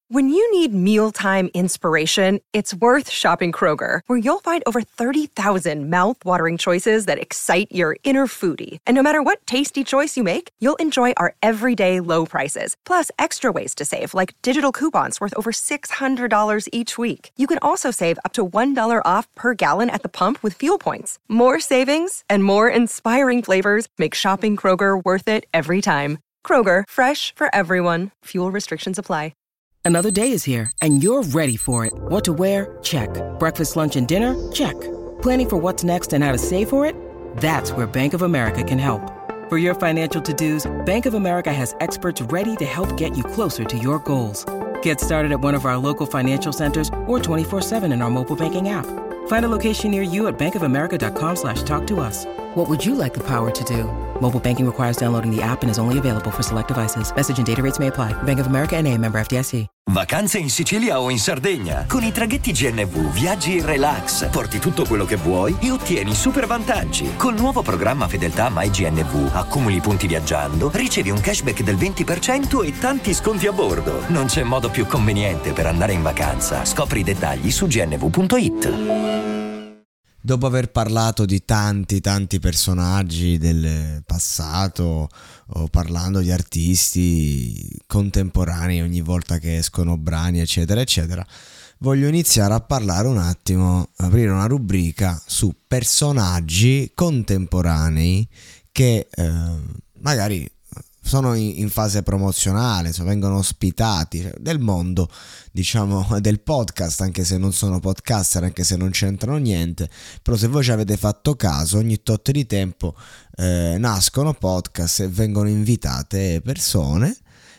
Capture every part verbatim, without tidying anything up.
When you need mealtime inspiration, it's worth shopping Kroger, where you'll find over thirty thousand mouth-watering choices that excite your inner foodie. And no matter what tasty choice you make, you'll enjoy our everyday low prices, plus extra ways to save, like digital coupons worth over six hundred dollars each week. You can also save up to one dollar off per gallon at the pump with fuel points. More savings and more inspiring flavors make shopping Kroger worth it every time. Kroger, fresh for everyone. Fuel restrictions apply. Another day is here, and you're ready for it. What to wear? Check. Breakfast, lunch, and dinner? Check. Planning for what's next and how to save for it? That's where Bank of America can help. For your financial to-dos, Bank of America has experts ready to help get you closer to your goals. Get started at one of our local financial centers or twenty-four seven in our mobile banking app. Find a location near you at bankofamerica.com slash talk to us. What would you like the power to do? Mobile banking requires downloading the app and is only available for select devices. Message and data rates may apply. Bank of America N A, member F D I C. Vacanze in Sicilia o in Sardegna. Con i traghetti G N V viaggi in relax, porti tutto quello che vuoi e ottieni super vantaggi. Col nuovo programma Fedeltà MyGNV accumuli punti viaggiando, ricevi un cashback del venti per cento e tanti sconti a bordo. Non c'è modo più conveniente per andare in vacanza. Scopri i dettagli su g n v punto i t. Dopo aver parlato di tanti tanti personaggi del passato o parlando di artisti contemporanei ogni volta che escono brani eccetera eccetera, voglio iniziare a parlare un attimo, aprire una rubrica su personaggi contemporanei che eh, magari sono in fase promozionale, insomma, vengono ospitati, cioè, del mondo, diciamo, del podcast, anche se non sono podcaster, anche se non c'entrano niente, però se voi ci avete fatto caso, ogni tot di tempo eh, nascono podcast e vengono invitate persone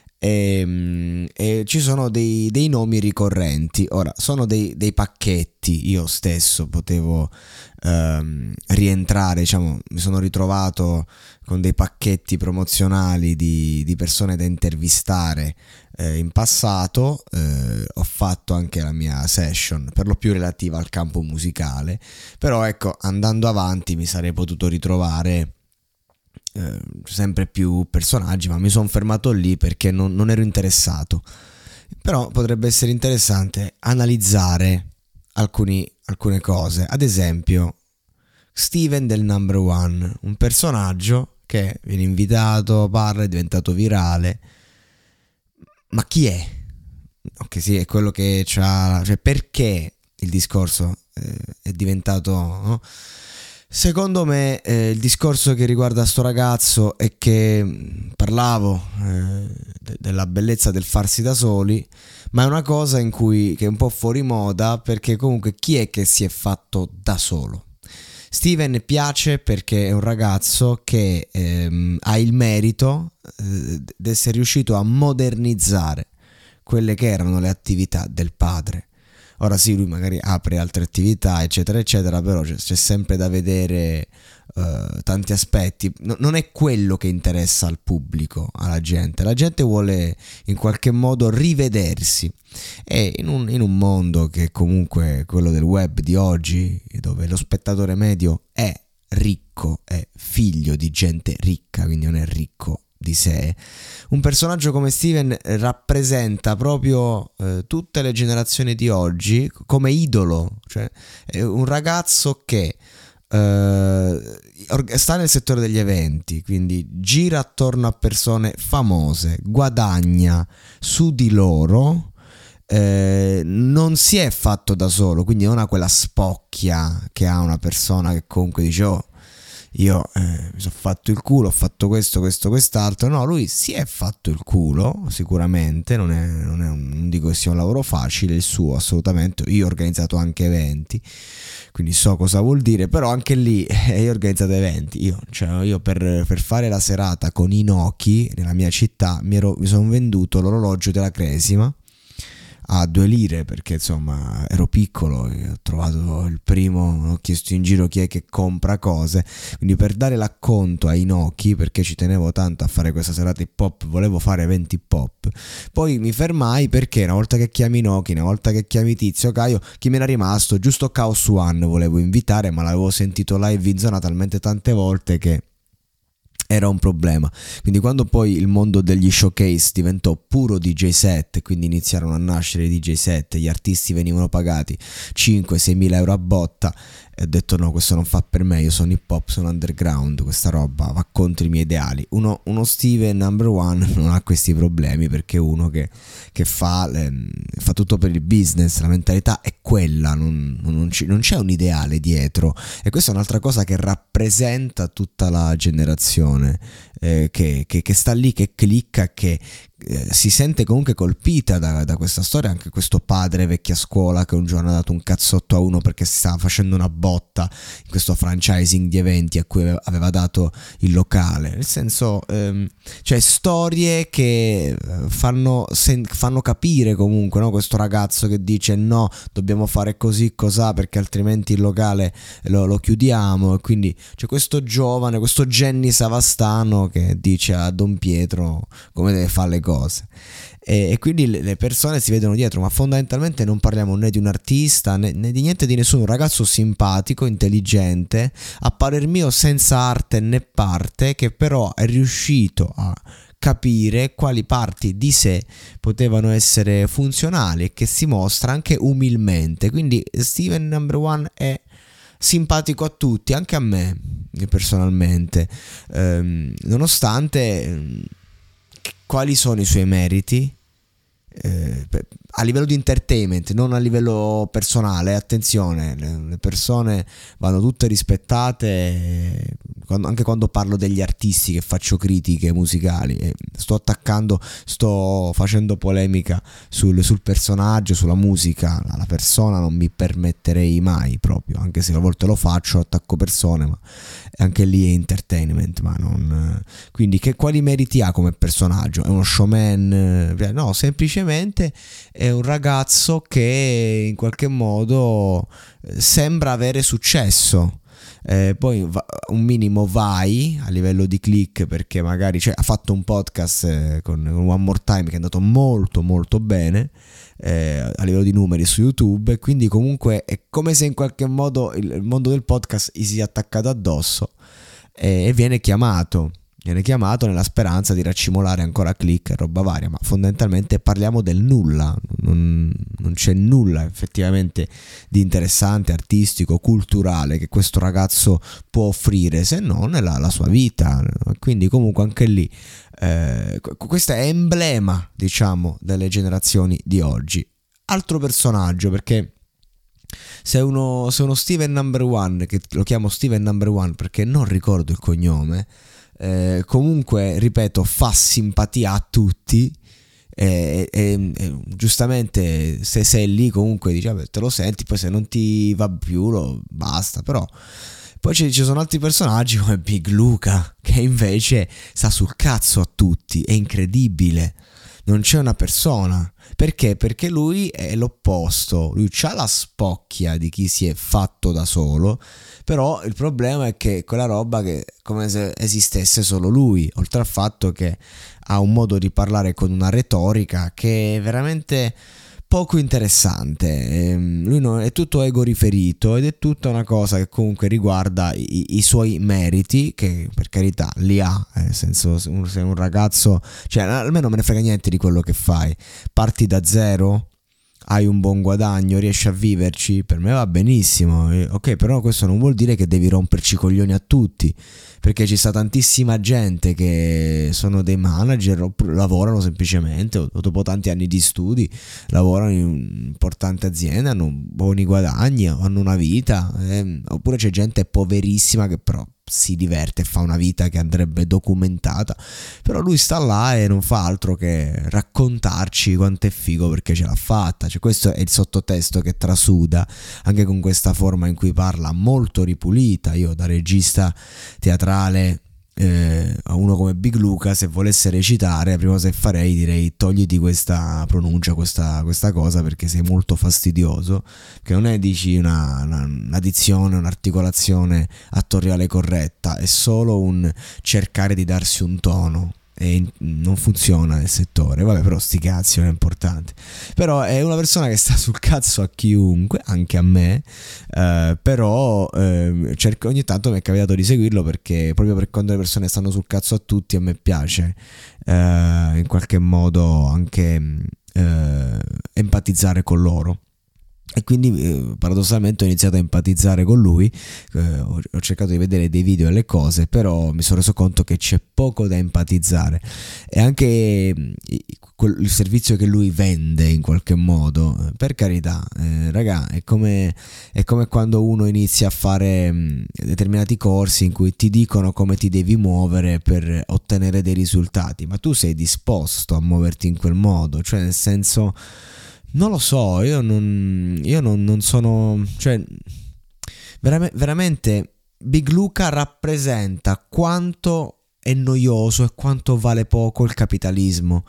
e, e ci sono dei, dei nomi ricorrenti. Ora, sono dei, dei pacchetti, io stesso potevo ehm, rientrare, diciamo, mi sono ritrovato con dei pacchetti promozionali di, di persone da intervistare eh, in passato, eh, ho fatto anche la mia session per lo più relativa al campo musicale, però ecco, andando avanti mi sarei potuto ritrovare eh, sempre più personaggi, ma mi sono fermato lì perché non, non ero interessato. Però potrebbe essere interessante analizzare alcuni, alcune cose, ad esempio Steven del Number One, un personaggio che viene invitato, parla, è diventato virale, ma chi è? Ok, sì, è quello che c'ha, cioè perché il discorso eh, è diventato, no? Secondo me eh, il discorso che riguarda sto ragazzo è che mh, parlavo eh, de- della bellezza del farsi da soli, ma è una cosa in cui che è un po' fuori moda, perché comunque chi è che si è fatto da solo? Steven piace perché è un ragazzo che ehm, ha il merito eh, di essere riuscito a modernizzare quelle che erano le attività del padre. Ora sì, lui magari apre altre attività eccetera eccetera, però c'è, c'è sempre da vedere uh, tanti aspetti. No, non è quello che interessa al pubblico, alla gente. La gente vuole in qualche modo rivedersi, e in un, in un mondo che comunque quello del web di oggi, dove lo spettatore medio è ricco, è figlio di gente ricca, quindi non è ricco di sé, un personaggio come Steven rappresenta proprio eh, tutte le generazioni di oggi come idolo, cioè è un ragazzo che eh, sta nel settore degli eventi, quindi gira attorno a persone famose, guadagna su di loro, eh, non si è fatto da solo, quindi non ha quella spocchia che ha una persona che comunque dice oh, io eh, mi sono fatto il culo, ho fatto questo, questo, quest'altro. No, lui si è fatto il culo, sicuramente, non, è, non, è un, non dico che sia un lavoro facile il suo, assolutamente. Io ho organizzato anche eventi, quindi so cosa vuol dire, però anche lì eh, io ho organizzato eventi. Io, cioè, io per, per fare la serata con i Noki nella mia città mi, ero, mi sono venduto l'orologio della Cresima a due lire, perché insomma ero piccolo e ho trovato il primo, ho chiesto in giro chi è che compra cose, quindi per dare l'acconto ai Noki, perché ci tenevo tanto a fare questa serata hip hop, volevo fare eventi hip hop, poi mi fermai perché una volta che chiami Noki, una volta che chiami Tizio Caio, chi me n'era rimasto? Giusto Chaos One volevo invitare, ma l'avevo sentito live in zona talmente tante volte che era un problema. Quindi quando poi il mondo degli showcase diventò puro D J set, quindi iniziarono a nascere i D J set, gli artisti venivano pagati cinque sei mila euro a botta, e ho detto no, questo non fa per me, io sono hip hop, sono underground, questa roba va contro i miei ideali. Uno, uno Steven number one non ha questi problemi, perché è uno che, che fa, eh, fa tutto per il business, la mentalità è quella, non, non, c- non c'è un ideale dietro, e questa è un'altra cosa che rappresenta tutta la generazione eh, che, che, che sta lì, che clicca, che eh, si sente comunque colpita da, da questa storia. Anche questo padre vecchia scuola che un giorno ha dato un cazzotto a uno perché si stava facendo una botta in questo franchising di eventi a cui aveva dato il locale, nel senso ehm, cioè storie che fanno, sen- fanno capire comunque, no? Questo ragazzo che dice no, dobbiamo fare così cosà perché altrimenti il locale lo, lo chiudiamo, e quindi c'è questo giovane, questo Gianni Savastano che dice a Don Pietro come deve fare le cose, e, e quindi le persone si vedono dietro. Ma fondamentalmente non parliamo né di un artista né, né di niente di nessuno, un ragazzo simpatico, intelligente, a parer mio senza arte né parte, che però è riuscito a capire quali parti di sé potevano essere funzionali e che si mostra anche umilmente. Quindi Steven number one è simpatico a tutti, anche a me personalmente, ehm, nonostante ehm, quali sono i suoi meriti eh, a livello di entertainment, non a livello personale. Attenzione, le, le persone vanno tutte rispettate, eh, quando, anche quando parlo degli artisti che faccio critiche musicali, eh, sto attaccando, sto facendo polemica sul, sul personaggio, sulla musica. La persona non mi permetterei mai, proprio, anche se a volte lo faccio, attacco persone, ma anche lì è entertainment. Ma non, quindi che quali meriti ha come personaggio? È uno showman? No, semplicemente è un ragazzo che in qualche modo sembra avere successo. Eh, poi va, un minimo vai a livello di click, perché magari cioè, ha fatto un podcast eh, con, con One More Time che è andato molto molto bene eh, a livello di numeri su YouTube, e quindi comunque è come se in qualche modo il, il mondo del podcast gli sia attaccato addosso, eh, e viene chiamato viene chiamato nella speranza di raccimolare ancora click e roba varia. Ma fondamentalmente parliamo del nulla, non, non c'è nulla effettivamente di interessante, artistico, culturale che questo ragazzo può offrire, se non la, la sua vita. Quindi comunque anche lì eh, questo è emblema, diciamo, delle generazioni di oggi. Altro personaggio, perché se uno, se uno Steven number one, che lo chiamo Steven number one perché non ricordo il cognome, Eh, comunque ripeto, fa simpatia a tutti, e, e, e giustamente se sei lì comunque dici vabbè, te lo senti, poi se non ti va più lo basta. Però poi ci, ci sono altri personaggi come Big Luca che invece sta sul cazzo a tutti, è incredibile, non c'è una persona. Perché? Perché lui è l'opposto, lui c'ha la spocchia di chi si è fatto da solo, però il problema è che quella roba che è come se esistesse solo lui, oltre al fatto che ha un modo di parlare con una retorica che è veramente poco interessante. Lui non, è tutto ego riferito, ed è tutta una cosa che comunque riguarda i, i suoi meriti, che per carità li ha, nel senso, se un ragazzo, cioè almeno me ne frega niente di quello che fai, parti da zero, hai un buon guadagno, riesci a viverci, per me va benissimo, ok, però questo non vuol dire che devi romperci i coglioni a tutti, perché ci sta tantissima gente che sono dei manager, lavorano semplicemente, o dopo tanti anni di studi lavorano in un'importante azienda, hanno buoni guadagni, hanno una vita, eh, oppure c'è gente poverissima che però si diverte e fa una vita che andrebbe documentata. Però lui sta là e non fa altro che raccontarci quanto è figo perché ce l'ha fatta. Cioè, questo è il sottotesto che trasuda, anche con questa forma in cui parla molto ripulita. Io da regista teatrale eh, a uno come Big Luca, se volesse recitare, la prima cosa che farei direi togliti questa pronuncia, questa, questa cosa, perché sei molto fastidioso, che non è dici una, una, una dizione, un'articolazione attoriale corretta, è solo un cercare di darsi un tono, e non funziona nel settore. Vabbè, però sti cazzi, non è importante. Però è una persona che sta sul cazzo a chiunque, anche a me, eh, però eh, cerco, ogni tanto mi è capitato di seguirlo, perché proprio per quando le persone stanno sul cazzo a tutti, a me piace eh, in qualche modo anche eh, empatizzare con loro. E quindi eh, paradossalmente ho iniziato a empatizzare con lui, eh, ho, ho cercato di vedere dei video e le cose, però mi sono reso conto che c'è poco da empatizzare. E anche eh, quel, il servizio che lui vende in qualche modo, per carità, eh, raga, è come, è come quando uno inizia a fare mh, determinati corsi in cui ti dicono come ti devi muovere per ottenere dei risultati, ma tu sei disposto a muoverti in quel modo, cioè nel senso... Non lo so, io non, io non, non sono, cioè, veramente, veramente Big Luca rappresenta quanto è noioso e quanto vale poco il capitalismo.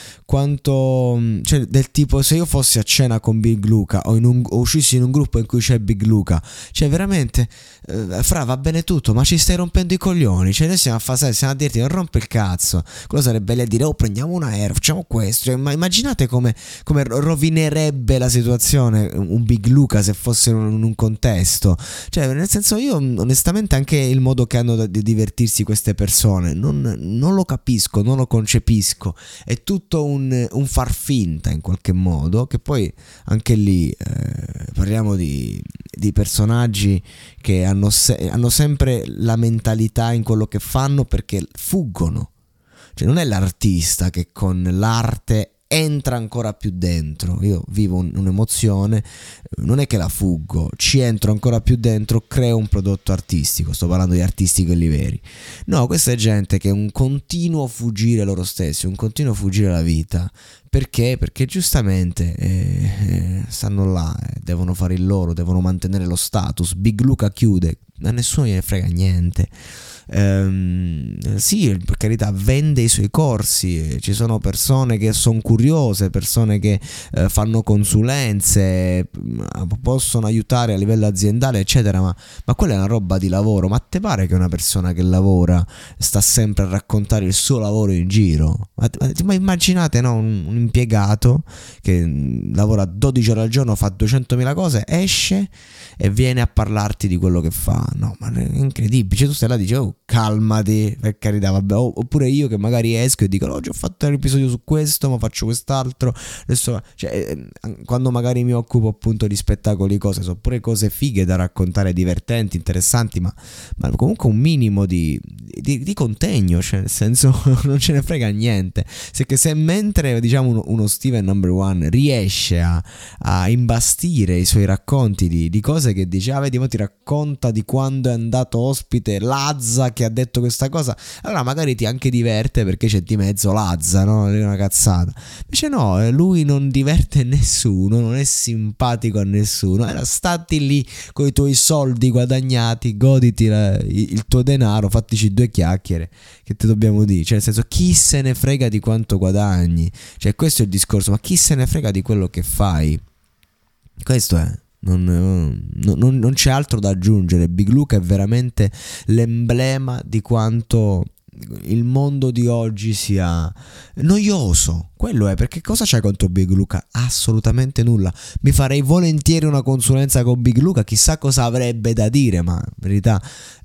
Quanto, cioè, del tipo, se io fossi a cena con Big Luca o, in un, o uscissi in un gruppo in cui c'è Big Luca, cioè veramente eh, fra, va bene tutto, ma ci stai rompendo i coglioni, cioè noi siamo a fare, siamo a dirti non rompe il cazzo. Quello sarebbe lì a dire oh prendiamo un aereo, facciamo questo, cioè, ma immaginate come, come rovinerebbe la situazione un Big Luca se fosse in un, in un contesto, cioè nel senso, io onestamente anche il modo che hanno di divertirsi queste persone non, non lo capisco, non lo concepisco, è tutto un Un, un far finta in qualche modo, che poi anche lì eh, parliamo di, di personaggi che hanno, se, hanno sempre la mentalità in quello che fanno perché fuggono, cioè non è l'artista che con l'arte entra ancora più dentro. Io vivo un, un'emozione, non è che la fuggo, ci entro ancora più dentro, creo un prodotto artistico. Sto parlando di artisti quelli veri. No, questa è gente che è un continuo fuggire loro stessi, un continuo fuggire la vita. Perché? Perché giustamente eh, eh, stanno là, eh, devono fare il loro, devono mantenere lo status. Big Luca chiude, a nessuno gliene frega niente. Ehm, sì, per carità, vende i suoi corsi, ci sono persone che sono curiose, persone che eh, fanno consulenze, possono aiutare a livello aziendale eccetera, ma, ma quella è una roba di lavoro. Ma te pare che una persona che lavora sta sempre a raccontare il suo lavoro in giro? Ma, ma immaginate, no, un, un impiegato che lavora dodici ore al giorno, fa duecentomila cose, esce e viene a parlarti di quello che fa. No, ma è incredibile, cioè tu stai là e dici oh calmati, per carità, vabbè. Oppure io che magari esco e dico oggi ho fatto l'episodio su questo, ma faccio quest'altro adesso, cioè, quando magari mi occupo appunto di spettacoli, cose, sono pure cose fighe da raccontare, divertenti, interessanti, ma, ma comunque un minimo di, di, di contegno, cioè nel senso non ce ne frega niente. Se, che se mentre diciamo uno, uno Steven Number One riesce a, a imbastire i suoi racconti di, di cose che dice ah vedi, mo ti racconta di quando è andato ospite Lazza che ha detto questa cosa, allora magari ti anche diverte perché c'è di mezzo Lazza, no? È una cazzata. Invece no, lui non diverte nessuno, non è simpatico a nessuno, era stati lì con i tuoi soldi guadagnati, goditi la, il tuo denaro, fattici due chiacchiere, che te dobbiamo dire, cioè nel senso, chi se ne frega di quanto guadagni, cioè questo è il discorso, ma chi se ne frega di quello che fai, questo è. Non, non, non c'è altro da aggiungere. Big Luca è veramente l'emblema di quanto il mondo di oggi sia noioso. Quello è, perché cosa c'hai contro Big Luca? Assolutamente nulla. Mi farei volentieri una consulenza con Big Luca, chissà cosa avrebbe da dire, ma in verità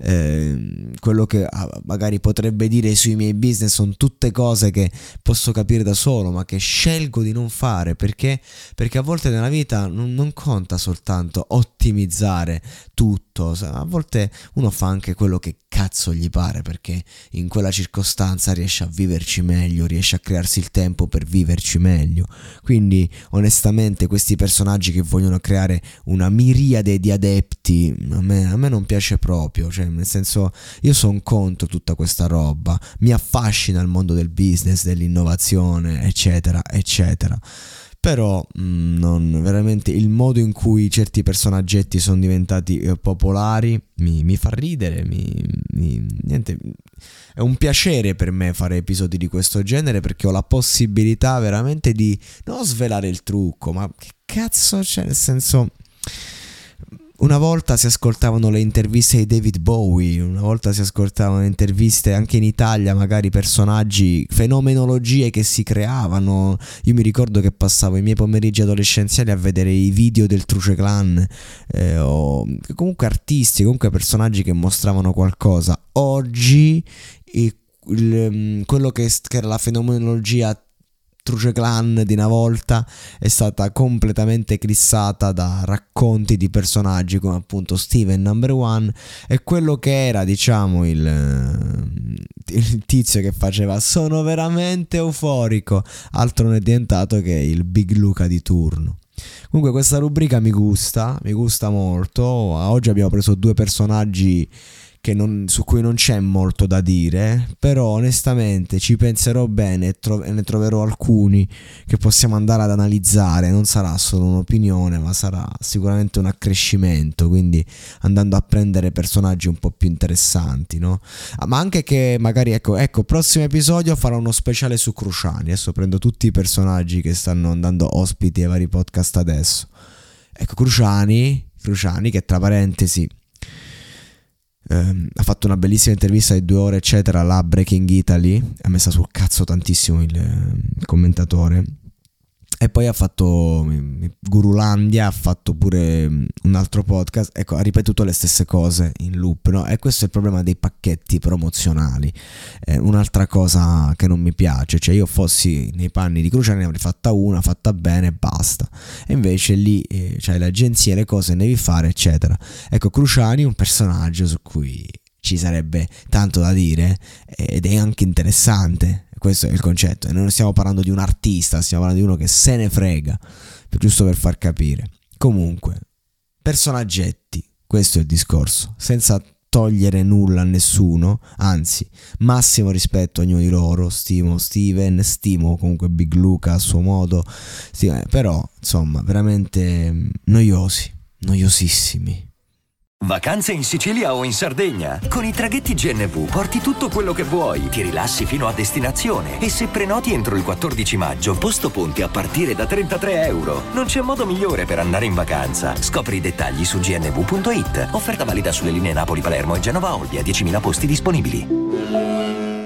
eh, quello che magari potrebbe dire sui miei business sono tutte cose che posso capire da solo, ma che scelgo di non fare. Perché? Perché a volte nella vita non, non conta soltanto ottimizzare tutto, a volte uno fa anche quello che cazzo gli pare, perché in quella circostanza riesce a viverci meglio, riesce a crearsi il tempo per viverci meglio. Quindi onestamente questi personaggi che vogliono creare una miriade di adepti a me, a me non piace proprio, cioè nel senso, io sono contro tutta questa roba, mi affascina il mondo del business, dell'innovazione eccetera eccetera. Però mh, non, veramente il modo in cui certi personaggetti sono diventati eh, popolari mi, mi fa ridere, mi, mi, niente, è un piacere per me fare episodi di questo genere, perché ho la possibilità veramente di non svelare il trucco, ma che cazzo c'è, nel senso, Una volta si ascoltavano le interviste di David Bowie, una volta si ascoltavano le interviste anche in Italia, magari personaggi, fenomenologie che si creavano. Io mi ricordo che passavo i miei pomeriggi adolescenziali a vedere i video del Truce Clan, eh, o comunque artisti, comunque personaggi che mostravano qualcosa. Oggi il, il, quello che, che era la fenomenologia Truce Clan di una volta è stata completamente eclissata da racconti di personaggi come appunto Steven Number One, e quello che era, diciamo, il, il tizio che faceva "sono veramente euforico", altro non è diventato che il Big Luca di turno. Comunque questa rubrica mi gusta, mi gusta molto. Oggi abbiamo preso due personaggi che non, su cui non c'è molto da dire, però onestamente ci penserò bene e, tro- e ne troverò alcuni che possiamo andare ad analizzare. Non sarà solo un'opinione, ma sarà sicuramente un accrescimento, quindi andando a prendere personaggi un po' più interessanti, no? Ah, ma anche che magari, ecco, ecco, prossimo episodio farò uno speciale su Cruciani. Adesso prendo tutti i personaggi che stanno andando ospiti ai vari podcast adesso. Ecco, Cruciani, Cruciani che tra parentesi Um, ha fatto una bellissima intervista di due ore eccetera là a Breaking Italy, ha messo sul cazzo tantissimo il, il commentatore, e poi ha fatto Gurulandia, ha fatto pure un altro podcast, ecco, ha ripetuto le stesse cose in loop, no? E questo è il problema dei pacchetti promozionali. È un'altra cosa che non mi piace, cioè io fossi nei panni di Cruciani ne avrei fatta una, fatta bene e basta, e invece lì eh, c'hai le agenzie, le cose ne devi fare eccetera. Ecco, Cruciani è un personaggio su cui ci sarebbe tanto da dire ed è anche interessante. Questo è il concetto, e noi non stiamo parlando di un artista, stiamo parlando di uno che se ne frega, giusto per far capire. Comunque, personaggetti, questo è il discorso, senza togliere nulla a nessuno, anzi, massimo rispetto a ognuno di loro. Stimo Steven, stimo comunque Big Luca a suo modo, stimo, però insomma veramente noiosi, noiosissimi. Vacanze in Sicilia o in Sardegna? Con i traghetti G N V porti tutto quello che vuoi, ti rilassi fino a destinazione, e se prenoti entro il quattordici maggio, posto ponti a partire da trentatré euro. Non c'è modo migliore per andare in vacanza. Scopri i dettagli su g n v punto i t. Offerta valida sulle linee Napoli-Palermo e Genova-Olbia, diecimila posti disponibili.